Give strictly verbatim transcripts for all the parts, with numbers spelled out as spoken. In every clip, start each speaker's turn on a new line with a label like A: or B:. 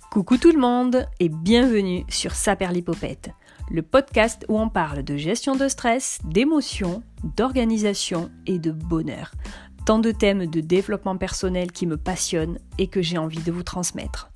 A: Coucou tout le monde et bienvenue sur Saperlipopette, le podcast où on parle de gestion de stress, d'émotions, d'organisation et de bonheur. Tant de thèmes de développement personnel qui me passionnent et que j'ai envie de vous transmettre.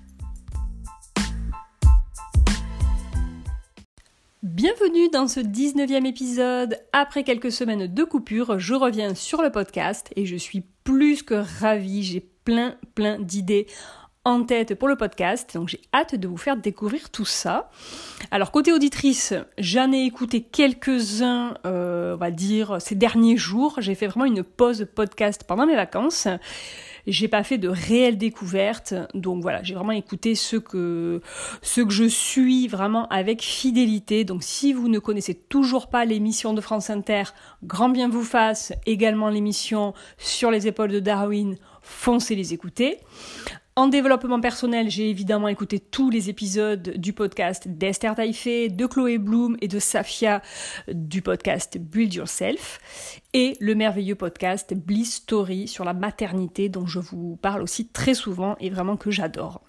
A: Bienvenue dans ce dix-neuvième épisode. Après quelques semaines de coupure, je reviens sur le podcast et je suis plus que ravie. J'ai plein plein d'idées en tête pour le podcast, donc j'ai hâte de vous faire découvrir tout ça. Alors côté auditrice, j'en ai écouté quelques-uns, euh, on va dire, ces derniers jours. J'ai fait vraiment une pause podcast pendant mes vacances. J'ai pas fait de réelles découvertes, donc voilà, j'ai vraiment écouté ceux que, ceux que je suis vraiment avec fidélité. Donc si vous ne connaissez toujours pas l'émission de France Inter, Grand bien vous fasse, également l'émission sur les épaules de Darwin, foncez les écouter. En développement personnel, j'ai évidemment écouté tous les épisodes du podcast d'Esther Taïfé, de Chloé Bloom et de Safia du podcast Build Yourself et le merveilleux podcast Bliss Story sur la maternité dont je vous parle aussi très souvent et vraiment que j'adore.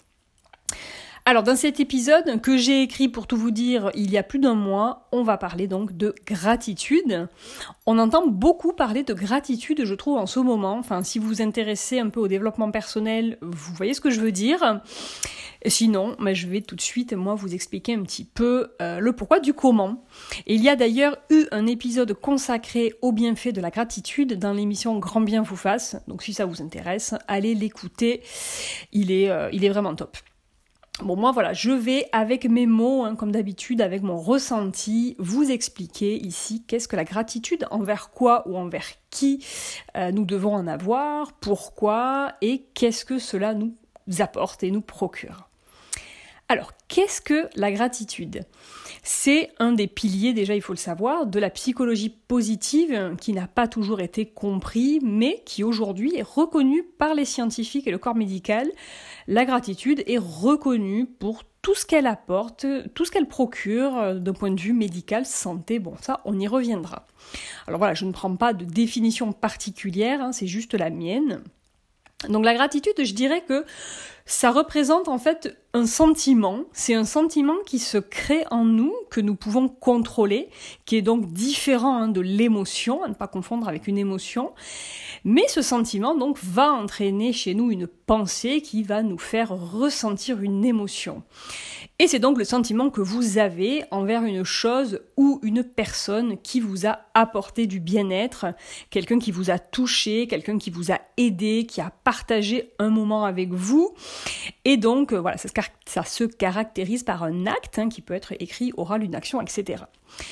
A: Alors dans cet épisode que j'ai écrit pour tout vous dire il y a plus d'un mois, on va parler donc de gratitude. On entend beaucoup parler de gratitude je trouve en ce moment, enfin si vous vous intéressez un peu au développement personnel, vous voyez ce que je veux dire. Sinon, mais je vais tout de suite moi vous expliquer un petit peu euh, le pourquoi du comment. Et il y a d'ailleurs eu un épisode consacré aux bienfaits de la gratitude dans l'émission Grand bien vous fasse, donc si ça vous intéresse, allez l'écouter, il est, euh, il est vraiment top. Bon, moi, voilà, je vais, avec mes mots, hein, comme d'habitude, avec mon ressenti, vous expliquer ici qu'est-ce que la gratitude, envers quoi ou envers qui euh, nous devons en avoir, pourquoi et qu'est-ce que cela nous apporte et nous procure. Alors, qu'est-ce que la gratitude ? C'est un des piliers, déjà il faut le savoir, de la psychologie positive qui n'a pas toujours été compris, mais qui aujourd'hui est reconnu par les scientifiques et le corps médical. La gratitude est reconnue pour tout ce qu'elle apporte, tout ce qu'elle procure d'un point de vue médical, santé, bon ça on y reviendra. Alors voilà, je ne prends pas de définition particulière, hein, c'est juste la mienne. Donc la gratitude, je dirais que ça représente en fait un sentiment, c'est un sentiment qui se crée en nous, que nous pouvons contrôler, qui est donc différent hein, de l'émotion, à ne pas confondre avec une émotion, mais ce sentiment donc va entraîner chez nous une pensée qui va nous faire ressentir une émotion. Et c'est donc le sentiment que vous avez envers une chose ou une personne qui vous a apporté du bien-être, quelqu'un qui vous a touché, quelqu'un qui vous a aidé, qui a partagé un moment avec vous. Et donc, voilà, ça se, car- ça se caractérise par un acte hein, qui peut être écrit, oral, une action, et cetera.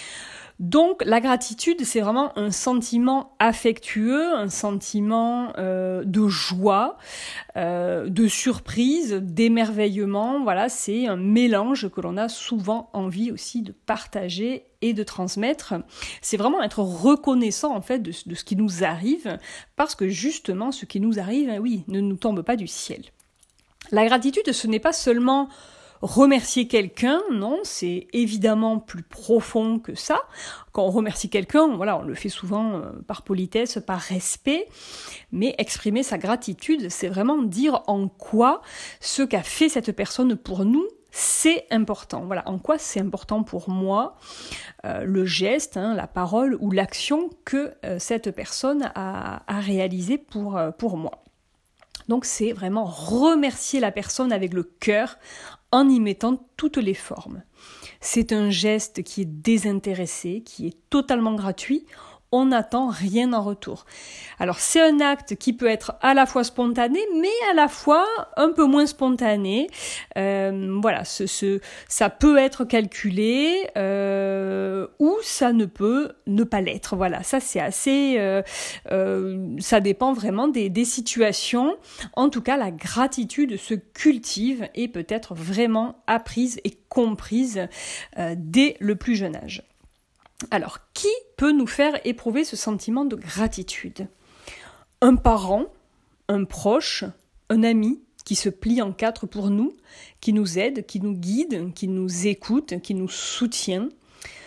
A: Donc, la gratitude, c'est vraiment un sentiment affectueux, un sentiment euh, de joie, euh, de surprise, d'émerveillement. Voilà, c'est un mélange que l'on a souvent envie aussi de partager et de transmettre. C'est vraiment être reconnaissant en fait de, de ce qui nous arrive, parce que justement, ce qui nous arrive, hein, oui, ne nous tombe pas du ciel. La gratitude, ce n'est pas seulement remercier quelqu'un, non, c'est évidemment plus profond que ça. Quand on remercie quelqu'un, voilà, on le fait souvent euh, par politesse, par respect, mais exprimer sa gratitude, c'est vraiment dire en quoi ce qu'a fait cette personne pour nous, c'est important. Voilà, en quoi c'est important pour moi, euh, le geste, hein, la parole ou l'action que euh, cette personne a, a réalisé pour, euh, pour moi. Donc c'est vraiment remercier la personne avec le cœur en y mettant toutes les formes. C'est un geste qui est désintéressé, qui est totalement gratuit. On n'attend rien en retour. Alors c'est un acte qui peut être à la fois spontané, mais à la fois un peu moins spontané. Euh, voilà, ce, ce, ça peut être calculé euh, ou ça ne peut ne pas l'être. Voilà, ça c'est assez, euh, euh, ça dépend vraiment des, des situations. En tout cas, la gratitude se cultive et peut être vraiment apprise et comprise euh, dès le plus jeune âge. Alors, qui peut nous faire éprouver ce sentiment de gratitude ? Un parent, un proche, un ami qui se plie en quatre pour nous, qui nous aide, qui nous guide, qui nous écoute, qui nous soutient.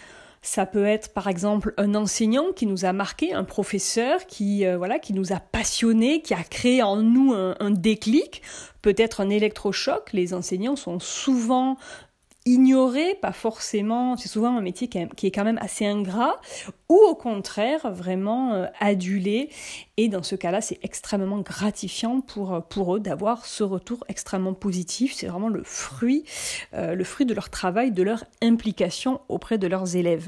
A: Ça peut être par exemple un enseignant qui nous a marqué, un professeur qui, euh, voilà, qui nous a passionnés, qui a créé en nous un, un déclic, peut-être un électrochoc. Les enseignants sont souvent ignoré, pas forcément, c'est souvent un métier qui est, qui est quand même assez ingrat, ou au contraire vraiment euh, adulé, et dans ce cas-là c'est extrêmement gratifiant pour, pour eux d'avoir ce retour extrêmement positif. C'est vraiment le fruit, euh, le fruit de leur travail, de leur implication auprès de leurs élèves.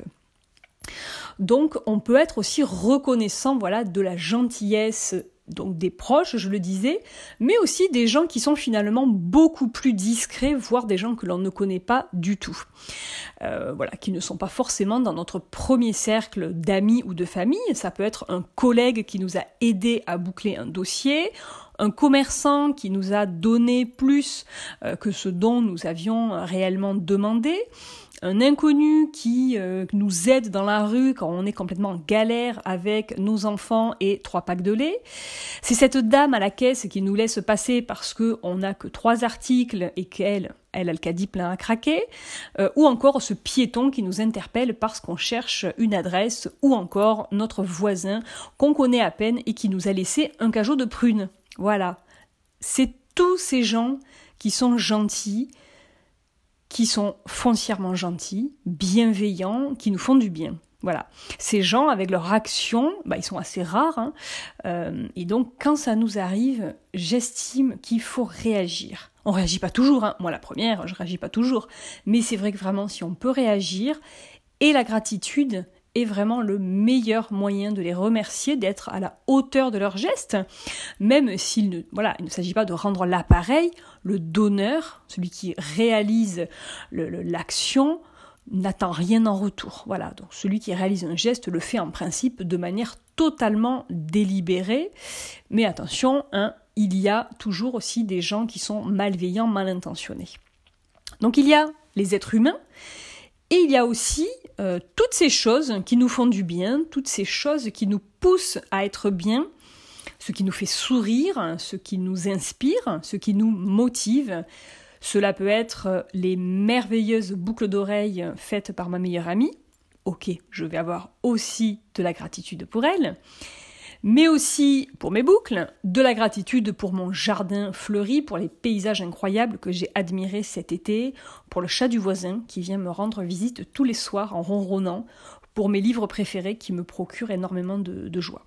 A: Donc on peut être aussi reconnaissant, voilà, de la gentillesse donc des proches, je le disais, mais aussi des gens qui sont finalement beaucoup plus discrets, voire des gens que l'on ne connaît pas du tout. Euh, voilà, qui ne sont pas forcément dans notre premier cercle d'amis ou de famille. Ça peut être un collègue qui nous a aidé à boucler un dossier, un commerçant qui nous a donné plus euh, que ce dont nous avions réellement demandé, un inconnu qui euh, nous aide dans la rue quand on est complètement en galère avec nos enfants et trois packs de lait. C'est cette dame à la caisse qui nous laisse passer parce qu'on n'a que trois articles et qu'elle, elle a le caddie plein à craquer. Euh, ou encore ce piéton qui nous interpelle parce qu'on cherche une adresse, ou encore notre voisin qu'on connaît à peine et qui nous a laissé un cajot de prunes. Voilà. C'est tous ces gens qui sont gentils, qui sont foncièrement gentils, bienveillants, qui nous font du bien. Voilà. Ces gens, avec leur action, bah, ils sont assez rares. Hein, euh, et donc, quand ça nous arrive, j'estime qu'il faut réagir. On ne réagit pas toujours. Hein. Moi, la première, je ne réagis pas toujours. Mais c'est vrai que vraiment, si on peut réagir, et la gratitude est vraiment le meilleur moyen de les remercier, d'être à la hauteur de leurs gestes, même s'il ne, voilà, il ne s'agit pas de rendre l'appareil, le donneur, celui qui réalise le, le, l'action, n'attend rien en retour. Voilà, donc celui qui réalise un geste le fait en principe de manière totalement délibérée, mais attention, hein, il y a toujours aussi des gens qui sont malveillants, mal intentionnés. Donc il y a les êtres humains, et il y a aussi euh, toutes ces choses qui nous font du bien, toutes ces choses qui nous poussent à être bien, ce qui nous fait sourire, ce qui nous inspire, ce qui nous motive. Cela peut être les merveilleuses boucles d'oreilles faites par ma meilleure amie. Ok, je vais avoir aussi de la gratitude pour elle. Mais aussi pour mes boucles, de la gratitude pour mon jardin fleuri, pour les paysages incroyables que j'ai admirés cet été, pour le chat du voisin qui vient me rendre visite tous les soirs en ronronnant, pour mes livres préférés qui me procurent énormément de, de joie.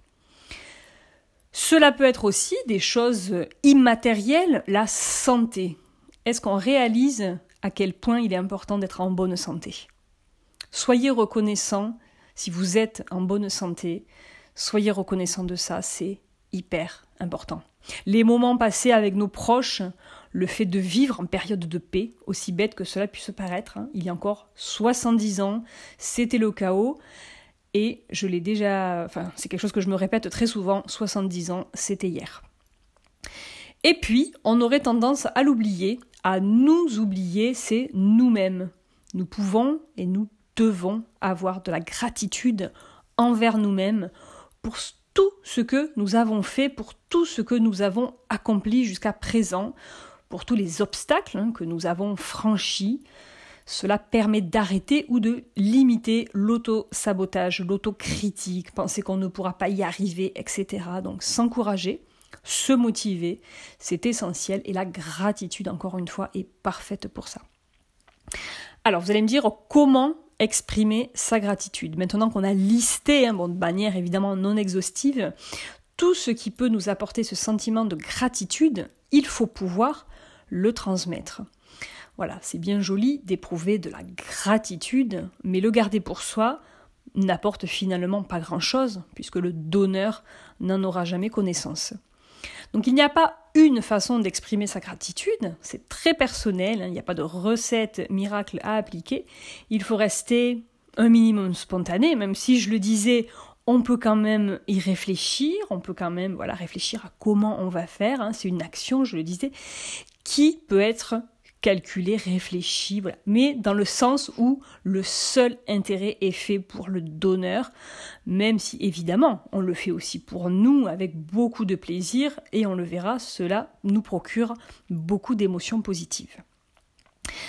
A: Cela peut être aussi des choses immatérielles, la santé. Est-ce qu'on réalise à quel point il est important d'être en bonne santé ? Soyez reconnaissants si vous êtes en bonne santé. Soyez reconnaissants de ça, c'est hyper important. Les moments passés avec nos proches, le fait de vivre en période de paix, aussi bête que cela puisse paraître, hein, il y a encore soixante-dix ans, c'était le chaos, et je l'ai déjà, enfin, c'est quelque chose que je me répète très souvent, soixante-dix ans, c'était hier. Et puis, on aurait tendance à l'oublier, à nous oublier, c'est nous-mêmes. Nous pouvons et nous devons avoir de la gratitude envers nous-mêmes, pour tout ce que nous avons fait, pour tout ce que nous avons accompli jusqu'à présent, pour tous les obstacles hein, que nous avons franchis. Cela permet d'arrêter ou de limiter l'auto-sabotage, l'autocritique, penser qu'on ne pourra pas y arriver, et cetera. Donc s'encourager, se motiver, c'est essentiel. Et la gratitude, encore une fois, est parfaite pour ça. Alors, vous allez me dire comment exprimer sa gratitude. Maintenant qu'on a listé, hein, bon, de manière évidemment non exhaustive, tout ce qui peut nous apporter ce sentiment de gratitude, il faut pouvoir le transmettre. Voilà, c'est bien joli d'éprouver de la gratitude, mais le garder pour soi n'apporte finalement pas grand-chose, puisque le donneur n'en aura jamais connaissance. Donc il n'y a pas une façon d'exprimer sa gratitude, c'est très personnel, hein, il n'y a pas de recette miracle à appliquer, il faut rester un minimum spontané, même si je le disais, on peut quand même y réfléchir, on peut quand même voilà, réfléchir à comment on va faire, hein, c'est une action, je le disais, qui peut être calculée, réfléchie, voilà. Mais dans le sens où le seul intérêt est fait pour le donneur, même si évidemment on le fait aussi pour nous avec beaucoup de plaisir et on le verra, cela nous procure beaucoup d'émotions positives.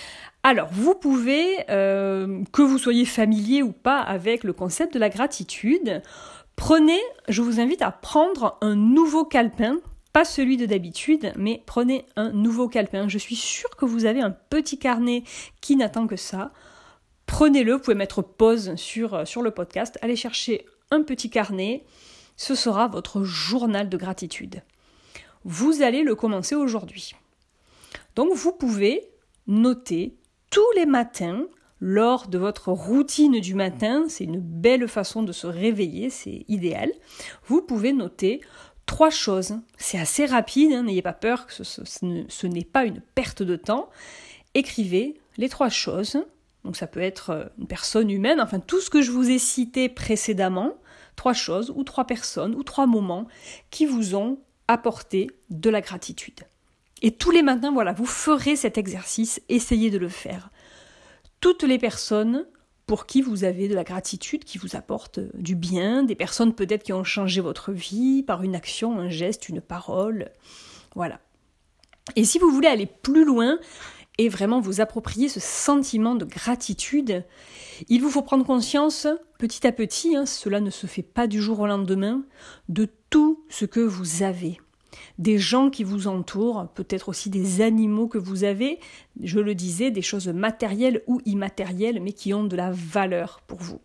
A: Alors, vous pouvez, euh, que vous soyez familier ou pas avec le concept de la gratitude, prenez, je vous invite à prendre un nouveau calepin, pas celui de d'habitude, mais prenez un nouveau calepin. Je suis sûre que vous avez un petit carnet qui n'attend que ça. Prenez-le, vous pouvez mettre pause sur, sur le podcast, allez chercher un petit carnet, ce sera votre journal de gratitude. Vous allez le commencer aujourd'hui. Donc vous pouvez noter tous les matins, lors de votre routine du matin, c'est une belle façon de se réveiller, c'est idéal, vous pouvez noter trois choses. C'est assez rapide, hein, n'ayez pas peur, que ce, ce, ce, ne, ce n'est pas une perte de temps. Écrivez les trois choses, donc ça peut être une personne humaine, enfin tout ce que je vous ai cité précédemment, trois choses ou trois personnes ou trois moments qui vous ont apporté de la gratitude. Et tous les matins, voilà, vous ferez cet exercice, essayez de le faire. Toutes les personnes pour qui vous avez de la gratitude, qui vous apportent du bien, des personnes peut-être qui ont changé votre vie par une action, un geste, une parole, voilà. Et si vous voulez aller plus loin et vraiment vous approprier ce sentiment de gratitude, il vous faut prendre conscience petit à petit, hein, cela ne se fait pas du jour au lendemain, de tout ce que vous avez. Des gens qui vous entourent, peut-être aussi des animaux que vous avez, je le disais, des choses matérielles ou immatérielles, mais qui ont de la valeur pour vous.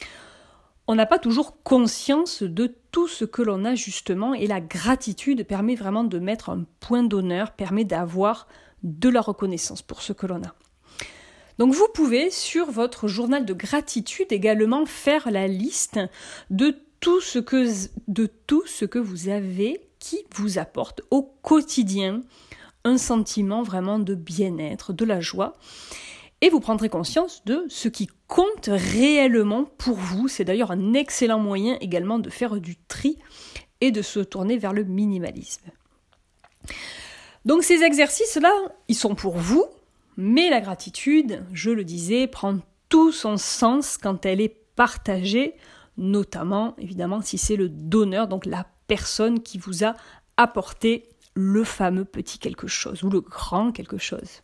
A: On n'a pas toujours conscience de tout ce que l'on a justement, et la gratitude permet vraiment de mettre un point d'honneur, permet d'avoir de la reconnaissance pour ce que l'on a. Donc vous pouvez, sur votre journal de gratitude, également faire la liste de tout ce que, de tout ce que vous avez qui vous apporte au quotidien un sentiment vraiment de bien-être, de la joie. Et vous prendrez conscience de ce qui compte réellement pour vous. C'est d'ailleurs un excellent moyen également de faire du tri et de se tourner vers le minimalisme. Donc ces exercices-là, ils sont pour vous, mais la gratitude, je le disais, prend tout son sens quand elle est partagée, notamment, évidemment, si c'est le donneur, donc la personne qui vous a apporté le fameux petit quelque chose ou le grand quelque chose.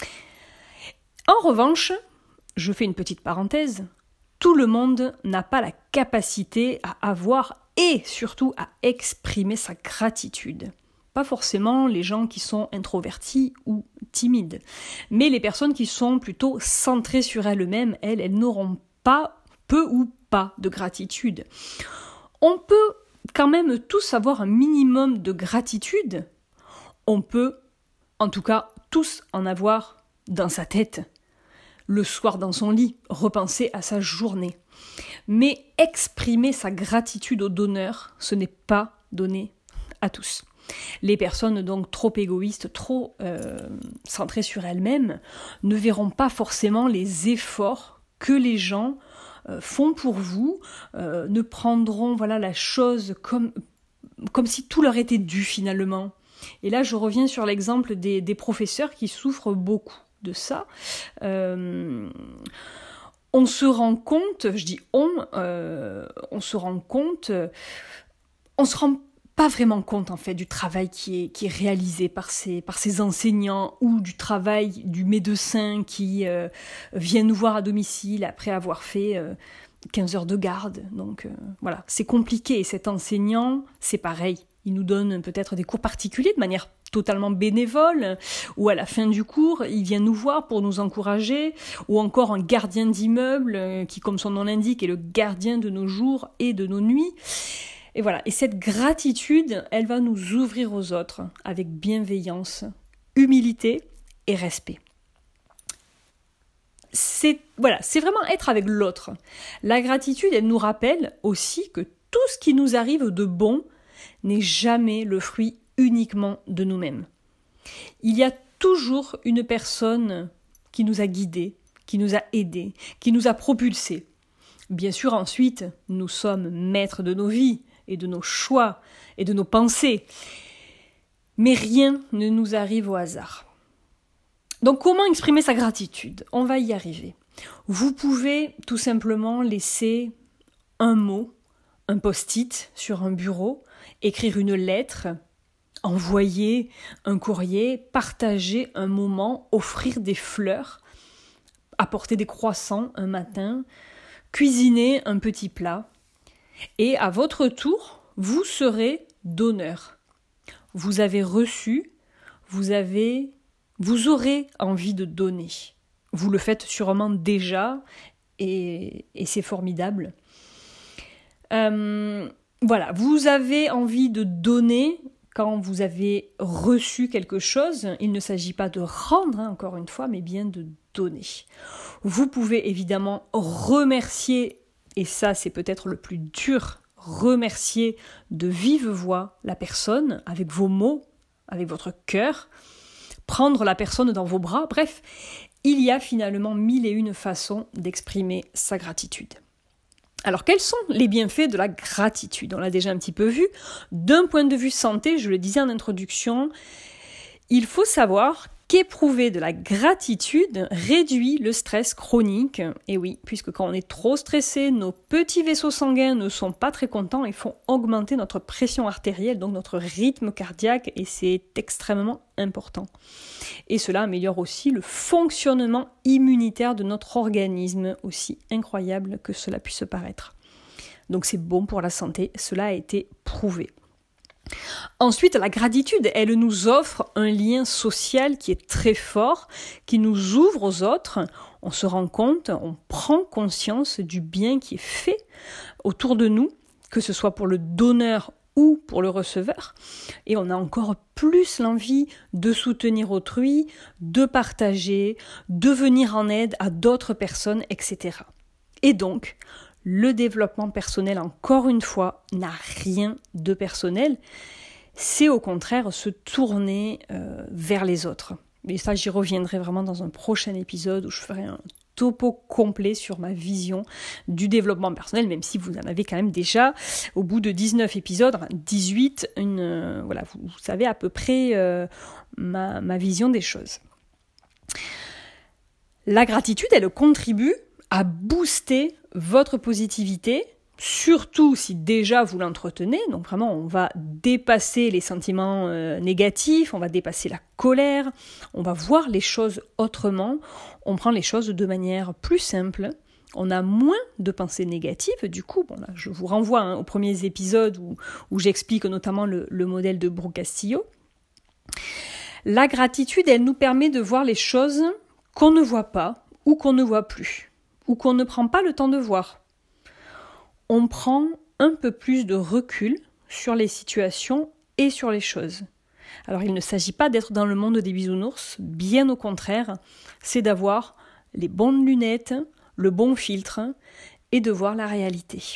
A: En revanche, je fais une petite parenthèse, tout le monde n'a pas la capacité à avoir et surtout à exprimer sa gratitude. Pas forcément les gens qui sont introvertis ou timides, mais les personnes qui sont plutôt centrées sur elles-mêmes, elles, elles n'auront pas, peu ou pas, de gratitude. On peut quand même tous avoir un minimum de gratitude. On peut, en tout cas, tous en avoir dans sa tête. Le soir dans son lit, repenser à sa journée. Mais exprimer sa gratitude au donneur, ce n'est pas donné à tous. Les personnes donc trop égoïstes, trop euh, centrées sur elles-mêmes, ne verront pas forcément les efforts que les gens euh, font pour vous, euh, ne prendront voilà, la chose comme, comme si tout leur était dû finalement. Et là, je reviens sur l'exemple des, des professeurs qui souffrent beaucoup de ça. Euh, on se rend compte, je dis on, euh, on se rend compte, on se rend pas vraiment compte en fait du travail qui est, qui est réalisé par ces, par ces enseignants ou du travail du médecin qui euh, vient nous voir à domicile après avoir fait euh, quinze heures de garde. Donc euh, voilà, c'est compliqué. Et cet enseignant, c'est pareil. Il nous donne peut-être des cours particuliers de manière totalement bénévole, ou à la fin du cours, il vient nous voir pour nous encourager, ou encore un gardien d'immeuble qui, comme son nom l'indique, est le gardien de nos jours et de nos nuits. Et voilà, et cette gratitude, elle va nous ouvrir aux autres avec bienveillance, humilité et respect. C'est, voilà, c'est vraiment être avec l'autre. La gratitude, elle nous rappelle aussi que tout ce qui nous arrive de bon n'est jamais le fruit uniquement de nous-mêmes. Il y a toujours une personne qui nous a guidés, qui nous a aidés, qui nous a propulsés. Bien sûr, ensuite, nous sommes maîtres de nos vies et de nos choix et de nos pensées. Mais rien ne nous arrive au hasard. Donc, comment exprimer sa gratitude ? On va y arriver. Vous pouvez tout simplement laisser un mot, un post-it sur un bureau, écrire une lettre, envoyer un courrier, partager un moment, offrir des fleurs. apporter des croissants un matin, cuisiner un petit plat. Et à votre tour, vous serez donneur. Vous avez reçu, vous avez, vous aurez envie de donner. Vous le faites sûrement déjà et, et c'est formidable. Euh, voilà, vous avez envie de donner quand vous avez reçu quelque chose. Il ne s'agit pas de rendre, hein, encore une fois, mais bien de donner. Vous pouvez évidemment remercier, et ça c'est peut-être le plus dur, remercier de vive voix la personne avec vos mots, avec votre cœur, prendre la personne dans vos bras, bref, il y a finalement mille et une façons d'exprimer sa gratitude. Alors, quels sont les bienfaits de la gratitude ? On l'a déjà un petit peu vu. D'un point de vue santé, je le disais en introduction, il faut savoir qu'éprouver de la gratitude réduit le stress chronique. Et oui, puisque quand on est trop stressé, nos petits vaisseaux sanguins ne sont pas très contents et font augmenter notre pression artérielle, donc notre rythme cardiaque, et c'est extrêmement important. Et cela améliore aussi le fonctionnement immunitaire de notre organisme, aussi incroyable que cela puisse paraître. Donc c'est bon pour la santé, cela a été prouvé. Ensuite, la gratitude, elle nous offre un lien social qui est très fort, qui nous ouvre aux autres. On se rend compte, on prend conscience du bien qui est fait autour de nous, que ce soit pour le donneur ou pour le receveur. Et on a encore plus l'envie de soutenir autrui, de partager, de venir en aide à d'autres personnes, et cetera. Et donc, le développement personnel, encore une fois, n'a rien de personnel. C'est au contraire se tourner euh, vers les autres. Et ça, j'y reviendrai vraiment dans un prochain épisode où je ferai un topo complet sur ma vision du développement personnel, même si vous en avez quand même déjà, au bout de dix-neuf épisodes, enfin dix-huit, une, euh, voilà, vous, vous savez à peu près euh, ma, ma vision des choses. La gratitude, elle contribue à booster votre positivité, surtout si déjà vous l'entretenez. Donc vraiment, on va dépasser les sentiments euh, négatifs, on va dépasser la colère, on va voir les choses autrement, on prend les choses de manière plus simple, on a moins de pensées négatives. Du coup, bon là, je vous renvoie hein, aux premiers épisodes où, où j'explique notamment le, le modèle de Brooke Castillo. La gratitude, elle nous permet de voir les choses qu'on ne voit pas ou qu'on ne voit plus, ou qu'on ne prend pas le temps de voir. On prend un peu plus de recul sur les situations et sur les choses. Alors il ne s'agit pas d'être dans le monde des bisounours, bien au contraire, c'est d'avoir les bonnes lunettes, le bon filtre et de voir la réalité.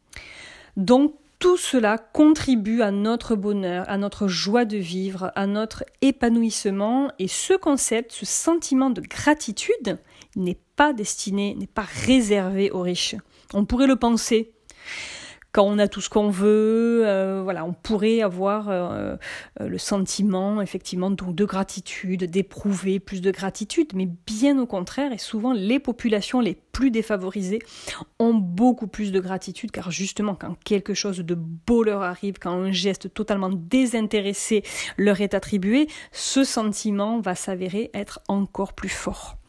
A: Donc tout cela contribue à notre bonheur, à notre joie de vivre, à notre épanouissement, et ce concept, ce sentiment de gratitude n'est pas destiné, n'est pas réservé aux riches. On pourrait le penser. Quand on a tout ce qu'on veut, euh, voilà, on pourrait avoir euh, euh, le sentiment, effectivement, donc, de gratitude, d'éprouver plus de gratitude, mais bien au contraire, et souvent les populations les plus défavorisées ont beaucoup plus de gratitude, car justement, quand quelque chose de beau leur arrive, quand un geste totalement désintéressé leur est attribué, ce sentiment va s'avérer être encore plus fort.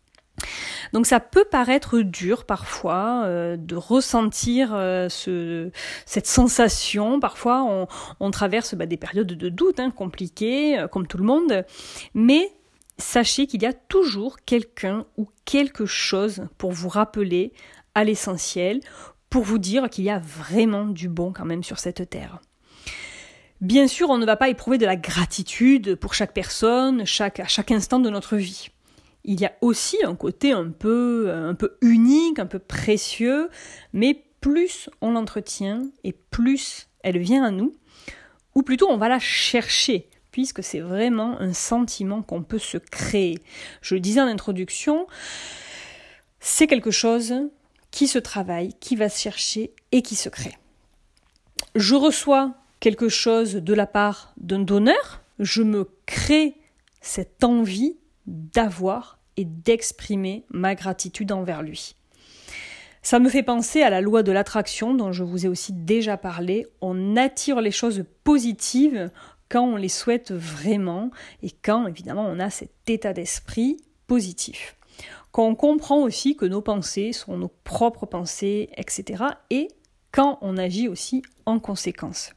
A: Donc ça peut paraître dur parfois euh, de ressentir euh, ce, cette sensation. Parfois on, on traverse bah, des périodes de doute hein, compliquées, euh, comme tout le monde. Mais sachez qu'il y a toujours quelqu'un ou quelque chose pour vous rappeler à l'essentiel, pour vous dire qu'il y a vraiment du bon quand même sur cette terre. Bien sûr, on ne va pas éprouver de la gratitude pour chaque personne, chaque, à chaque instant de notre vie. Il y a aussi un côté un peu, un peu unique, un peu précieux, mais plus on l'entretient et plus elle vient à nous, ou plutôt on va la chercher, puisque c'est vraiment un sentiment qu'on peut se créer. Je le disais en introduction, c'est quelque chose qui se travaille, qui va se chercher et qui se crée. Je reçois quelque chose de la part d'un donneur, je me crée cette envie d'avoir et d'exprimer ma gratitude envers lui. Ça me fait penser à la loi de l'attraction dont je vous ai aussi déjà parlé. On attire les choses positives quand on les souhaite vraiment et quand évidemment on a cet état d'esprit positif. quand on comprend aussi que nos pensées sont nos propres pensées, et cetera. Et quand on agit aussi en conséquence.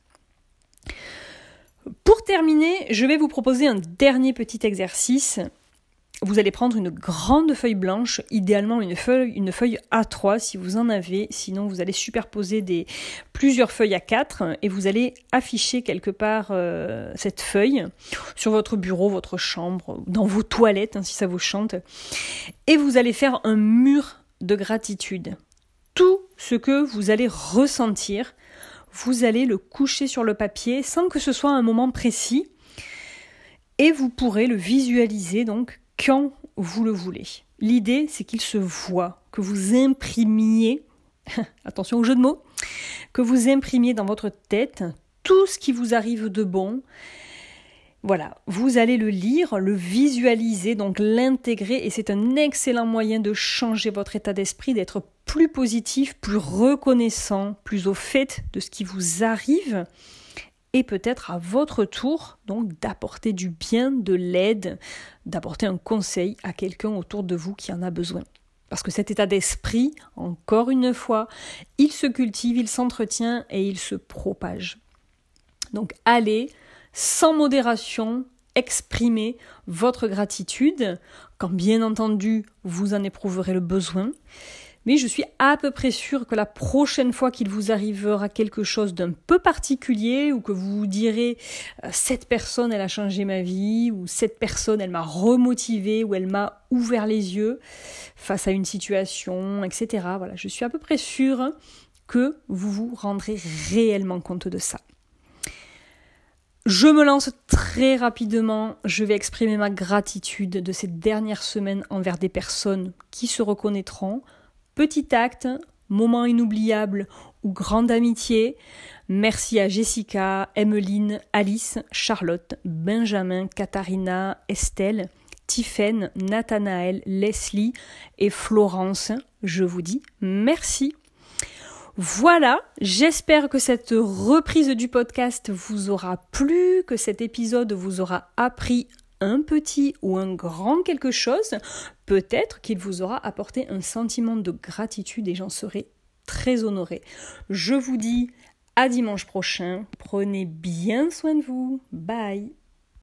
A: Pour terminer, je vais vous proposer un dernier petit exercice. Vous allez prendre une grande feuille blanche, idéalement une feuille, une feuille A trois si vous en avez, sinon vous allez superposer des, plusieurs feuilles A quatre et vous allez afficher quelque part euh, cette feuille sur votre bureau, votre chambre, dans vos toilettes hein, si ça vous chante. Et vous allez faire un mur de gratitude. Tout ce que vous allez ressentir, vous allez le coucher sur le papier sans que ce soit un moment précis et vous pourrez le visualiser donc quand vous le voulez. L'idée, c'est qu'il se voit, que vous imprimiez, attention au jeu de mots, que vous imprimiez dans votre tête tout ce qui vous arrive de bon. Voilà, vous allez le lire, le visualiser, donc l'intégrer, et c'est un excellent moyen de changer votre état d'esprit, d'être plus positif, plus reconnaissant, plus au fait de ce qui vous arrive, et peut-être à votre tour, donc d'apporter du bien, de l'aide, d'apporter un conseil à quelqu'un autour de vous qui en a besoin. Parce que cet état d'esprit, encore une fois, il se cultive, il s'entretient et il se propage. Donc allez, sans modération, exprimer votre gratitude, quand bien entendu vous en éprouverez le besoin. Mais je suis à peu près sûre que la prochaine fois qu'il vous arrivera quelque chose d'un peu particulier ou que vous vous direz « cette personne, elle a changé ma vie » ou « cette personne, elle m'a remotivée » ou « elle m'a ouvert les yeux face à une situation », et cetera. Voilà, je suis à peu près sûre que vous vous rendrez réellement compte de ça. Je me lance très rapidement, je vais exprimer ma gratitude de ces dernières semaines envers des personnes qui se reconnaîtront. Petit acte, moment inoubliable ou grande amitié. Merci à Jessica, Emmeline, Alice, Charlotte, Benjamin, Katharina, Estelle, Tiffaine, Nathanaël, Leslie et Florence. Je vous dis merci. Voilà, j'espère que cette reprise du podcast vous aura plu, que cet épisode vous aura appris un petit ou un grand quelque chose. Peut-être qu'il vous aura apporté un sentiment de gratitude et j'en serai très honorée. Je vous dis à dimanche prochain. Prenez bien soin de vous. Bye.